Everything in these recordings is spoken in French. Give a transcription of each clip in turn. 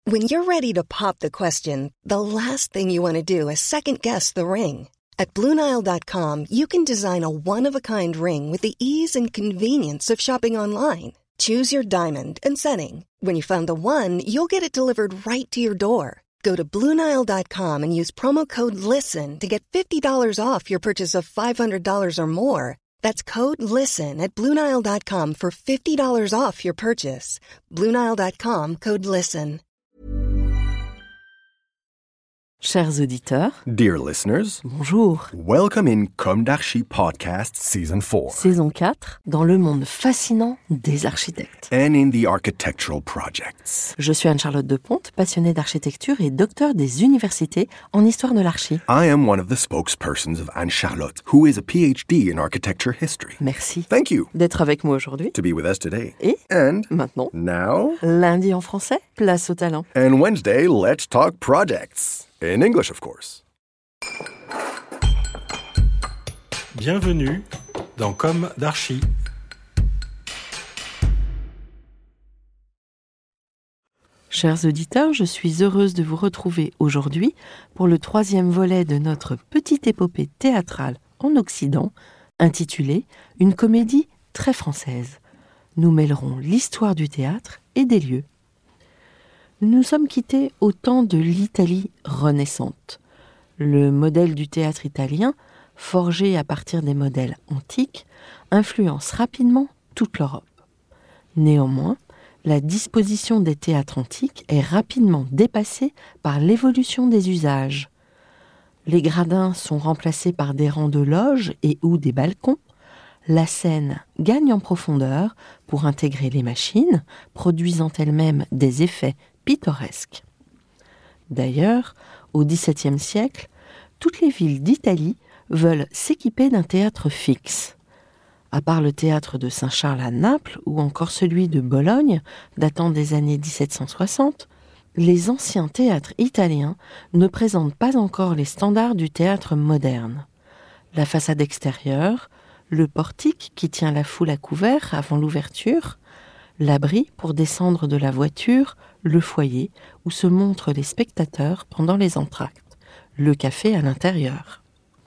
When you're ready to pop the question, the last thing you want to do is second-guess the ring. At BlueNile.com, you can design a one-of-a-kind ring with the ease and convenience of shopping online. Choose your diamond and setting. When you find the one, you'll get it delivered right to your door. Go to BlueNile.com and use promo code LISTEN to get $50 off your purchase of $500 or more. That's code LISTEN at BlueNile.com for $50 off your purchase. BlueNile.com, code LISTEN. Chers auditeurs, Dear listeners, bonjour. welcome in Comme d'Archi Podcast Season 4 Saison 4, dans le monde fascinant des architectes. and in the architectural projects. Je suis Anne-Charlotte Deponte, passionnée d'architecture et docteur des universités en histoire de l'archi. I am one of the spokespersons of Anne-Charlotte, who is a PhD in architecture history. Merci Thank you d'être avec moi aujourd'hui. to be with us today. Et And maintenant, now, lundi en français, place au talent. and Wednesday, let's talk projects. In English, of course. Bienvenue dans Comme d'Archi. Chers auditeurs, je suis heureuse de vous retrouver aujourd'hui pour le 3e volet de notre petite épopée théâtrale en Occident, intitulée « Une comédie très française ». Nous mêlerons l'histoire du théâtre et des lieux. Nous nous sommes quittés au temps de l'Italie renaissante. Le modèle du théâtre italien, forgé à partir des modèles antiques, influence rapidement toute l'Europe. Néanmoins, la disposition des théâtres antiques est rapidement dépassée par l'évolution des usages. Les gradins sont remplacés par des rangs de loges et ou des balcons. La scène gagne en profondeur pour intégrer les machines, produisant elles-mêmes des effets pittoresques. D'ailleurs, au XVIIe siècle, toutes les villes d'Italie veulent s'équiper d'un théâtre fixe. À part le théâtre de Saint-Charles à Naples ou encore celui de Bologne, datant des années 1760, les anciens théâtres italiens ne présentent pas encore les standards du théâtre moderne. La façade extérieure, le portique qui tient la foule à couvert avant l'ouverture, l'abri pour descendre de la voiture, le foyer où se montrent les spectateurs pendant les entr'actes, le café à l'intérieur.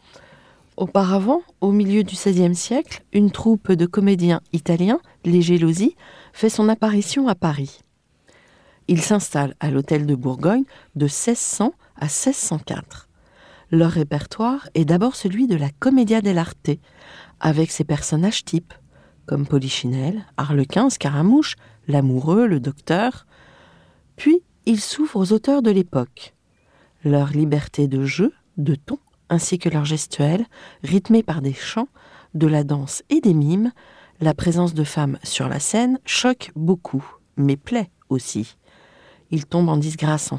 Auparavant, au milieu du XVIe siècle, une troupe de comédiens italiens, les Gelosi, fait son apparition à Paris. Ils s'installent à l'hôtel de Bourgogne de 1600 à 1604. Leur répertoire est d'abord celui de la Commedia dell'arte, avec ses personnages types, comme Polichinelle, Harlequin, Scaramouche, l'amoureux, le docteur. Puis, ils s'ouvrent aux auteurs de l'époque. Leur liberté de jeu, de ton, ainsi que leur gestuelle, rythmée par des chants, de la danse et des mimes, la présence de femmes sur la scène choque beaucoup, mais plaît aussi. Ils tombent en disgrâce en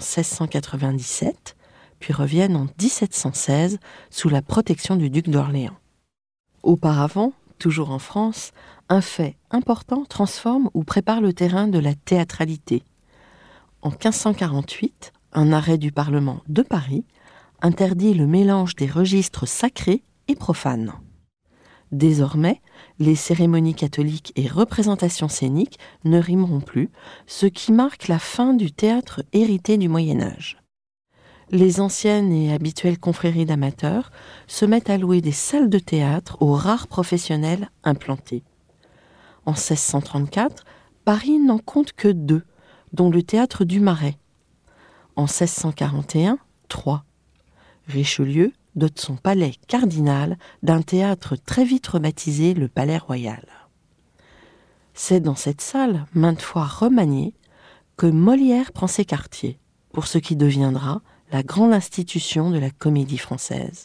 1697, puis reviennent en 1716 sous la protection du duc d'Orléans. Auparavant, toujours en France, un fait important transforme ou prépare le terrain de la théâtralité. En 1548, un arrêt du Parlement de Paris interdit le mélange des registres sacrés et profanes. Désormais, les cérémonies catholiques et représentations scéniques ne rimeront plus, ce qui marque la fin du théâtre hérité du Moyen-Âge. Les anciennes et habituelles confréries d'amateurs se mettent à louer des salles de théâtre aux rares professionnels implantés. En 1634, Paris n'en compte que 2, dont le théâtre du Marais. En 1641, 3. Richelieu dote son palais cardinal d'un théâtre très vite rebaptisé le Palais Royal. C'est dans cette salle, maintes fois remaniée, que Molière prend ses quartiers, pour ce qui deviendra la grande institution de la comédie française.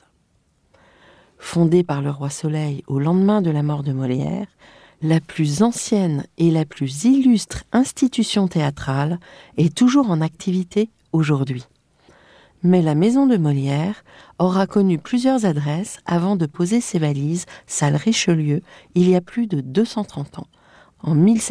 Fondée par le roi Soleil au lendemain de la mort de Molière, la plus ancienne et la plus illustre institution théâtrale est toujours en activité aujourd'hui. Mais la maison de Molière aura connu plusieurs adresses avant de poser ses valises salle Richelieu il y a plus de 230 ans, en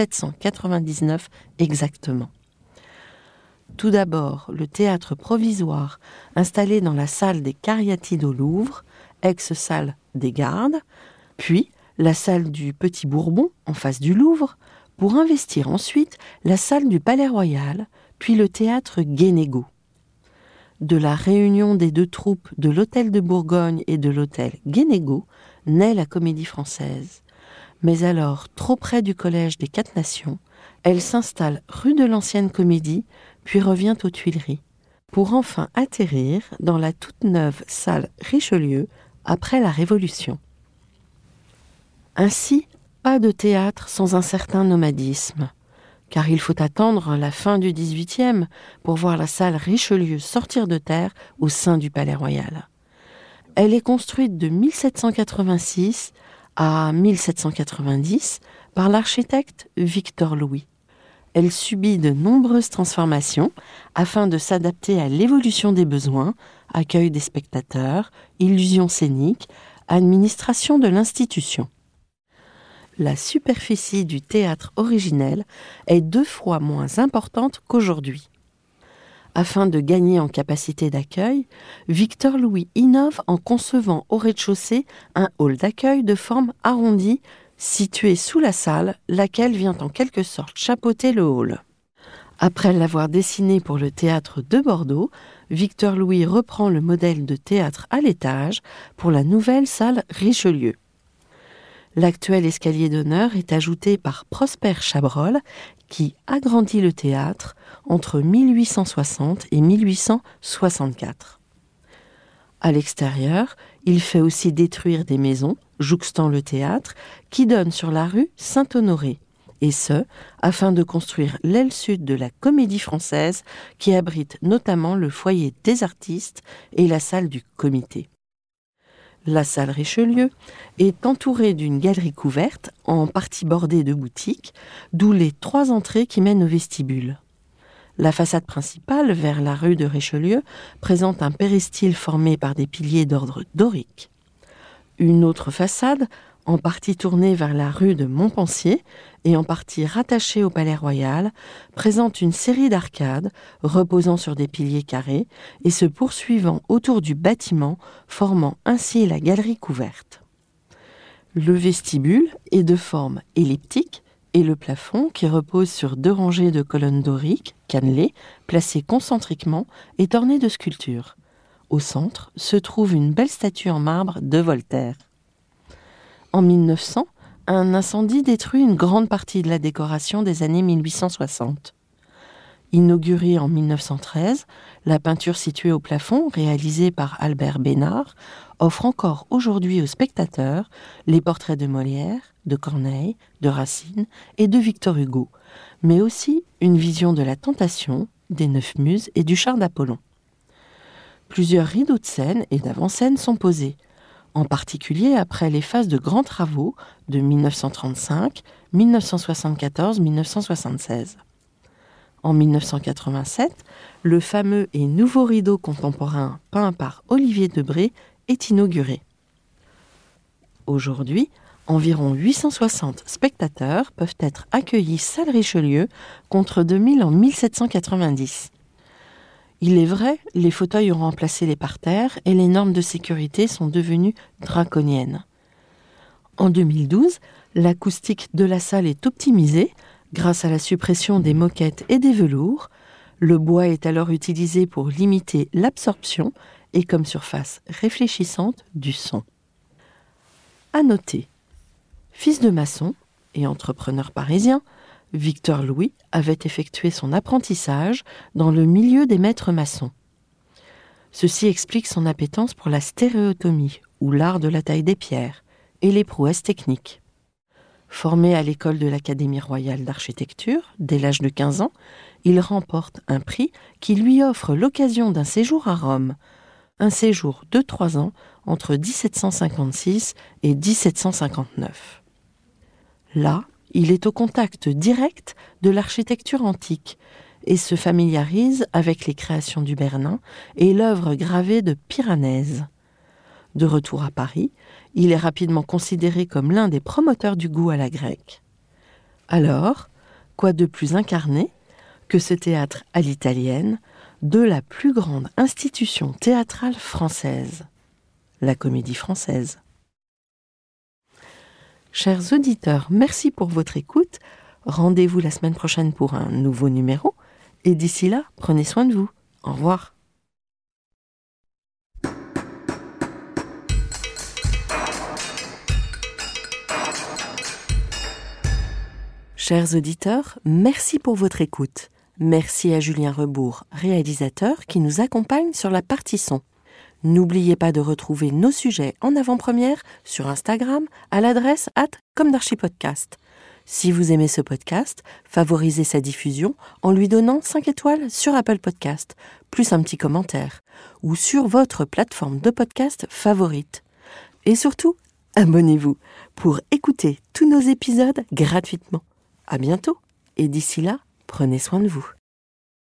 1799 exactement. Tout d'abord, le théâtre provisoire installé dans la salle des Cariatides au Louvre, ex-salle des Gardes, puis la salle du Petit Bourbon en face du Louvre, pour investir ensuite la salle du Palais Royal, puis le théâtre Guénégaud. De la réunion des deux troupes de l'Hôtel de Bourgogne et de l'Hôtel Guénégaud naît la Comédie Française. Mais alors, trop près du Collège des Quatre Nations, elle s'installe rue de l'Ancienne Comédie, puis revient aux Tuileries, pour enfin atterrir dans la toute neuve salle Richelieu après la Révolution. Ainsi, pas de théâtre sans un certain nomadisme, car il faut attendre la fin du XVIIIe pour voir la salle Richelieu sortir de terre au sein du Palais Royal. Elle est construite de 1786 à 1790 par l'architecte Victor Louis. Elle subit de nombreuses transformations afin de s'adapter à l'évolution des besoins, accueil des spectateurs, illusions scéniques, administration de l'institution. La superficie du théâtre originel est 2 fois moins importante qu'aujourd'hui. Afin de gagner en capacité d'accueil, Victor Louis innove en concevant au rez-de-chaussée un hall d'accueil de forme arrondie situé sous la salle, laquelle vient en quelque sorte chapeauter le hall. Après l'avoir dessiné pour le théâtre de Bordeaux, Victor Louis reprend le modèle de théâtre à l'étage pour la nouvelle salle Richelieu. L'actuel escalier d'honneur est ajouté par Prosper Chabrol, qui agrandit le théâtre entre 1860 et 1864. À l'extérieur, il fait aussi détruire des maisons, jouxtant le théâtre, qui donnent sur la rue Saint-Honoré, et ce, afin de construire l'aile sud de la Comédie Française, qui abrite notamment le foyer des artistes et la salle du comité. La salle Richelieu est entourée d'une galerie couverte, en partie bordée de boutiques, d'où les 3 entrées qui mènent au vestibule. La façade principale, vers la rue de Richelieu, présente un péristyle formé par des piliers d'ordre dorique. Une autre façade, en partie tournée vers la rue de Montpensier et en partie rattachée au Palais Royal, présente une série d'arcades reposant sur des piliers carrés et se poursuivant autour du bâtiment, formant ainsi la galerie couverte. Le vestibule est de forme elliptique et le plafond, qui repose sur 2 rangées de colonnes doriques, cannelées, placées concentriquement, est orné de sculptures. Au centre se trouve une belle statue en marbre de Voltaire. En 1900, un incendie détruit une grande partie de la décoration des années 1860. Inaugurée en 1913, la peinture située au plafond, réalisée par Albert Bénard, offre encore aujourd'hui aux spectateurs les portraits de Molière, de Corneille, de Racine et de Victor Hugo, mais aussi une vision de la Tentation, des 9 Muses et du char d'Apollon. Plusieurs rideaux de scène et d'avant-scène sont posés, en particulier après les phases de grands travaux de 1935, 1974, 1976. En 1987, le fameux et nouveau rideau contemporain peint par Olivier Debré est inauguré. Aujourd'hui, environ 860 spectateurs peuvent être accueillis salle Richelieu contre 2000 en 1790. Il est vrai, les fauteuils ont remplacé les parterres et les normes de sécurité sont devenues draconiennes. En 2012, l'acoustique de la salle est optimisée grâce à la suppression des moquettes et des velours. Le bois est alors utilisé pour limiter l'absorption et comme surface réfléchissante du son. À noter, fils de maçon et entrepreneur parisien, Victor Louis avait effectué son apprentissage dans le milieu des maîtres maçons. Ceci explique son appétence pour la stéréotomie, ou l'art de la taille des pierres, et les prouesses techniques. Formé à l'école de l'Académie royale d'architecture, dès l'âge de 15 ans, il remporte un prix qui lui offre l'occasion d'un séjour à Rome, un séjour de 3 ans entre 1756 et 1759. Là, il est au contact direct de l'architecture antique et se familiarise avec les créations du Bernin et l'œuvre gravée de Piranèse. De retour à Paris, il est rapidement considéré comme l'un des promoteurs du goût à la grecque. Alors, quoi de plus incarné que ce théâtre à l'italienne de la plus grande institution théâtrale française, la Comédie Française. Chers auditeurs, merci pour votre écoute. Rendez-vous la semaine prochaine pour un nouveau numéro. Et d'ici là, prenez soin de vous. Au revoir. Chers auditeurs, merci pour votre écoute. Merci à Julien Rebourg, réalisateur, qui nous accompagne sur la partie son. N'oubliez pas de retrouver nos sujets en avant-première sur Instagram à l'adresse @commedarchipodcast. Si vous aimez ce podcast, favorisez sa diffusion en lui donnant 5 étoiles sur Apple Podcast, plus un petit commentaire, ou sur votre plateforme de podcast favorite. Et surtout, abonnez-vous pour écouter tous nos épisodes gratuitement. À bientôt, et d'ici là, prenez soin de vous.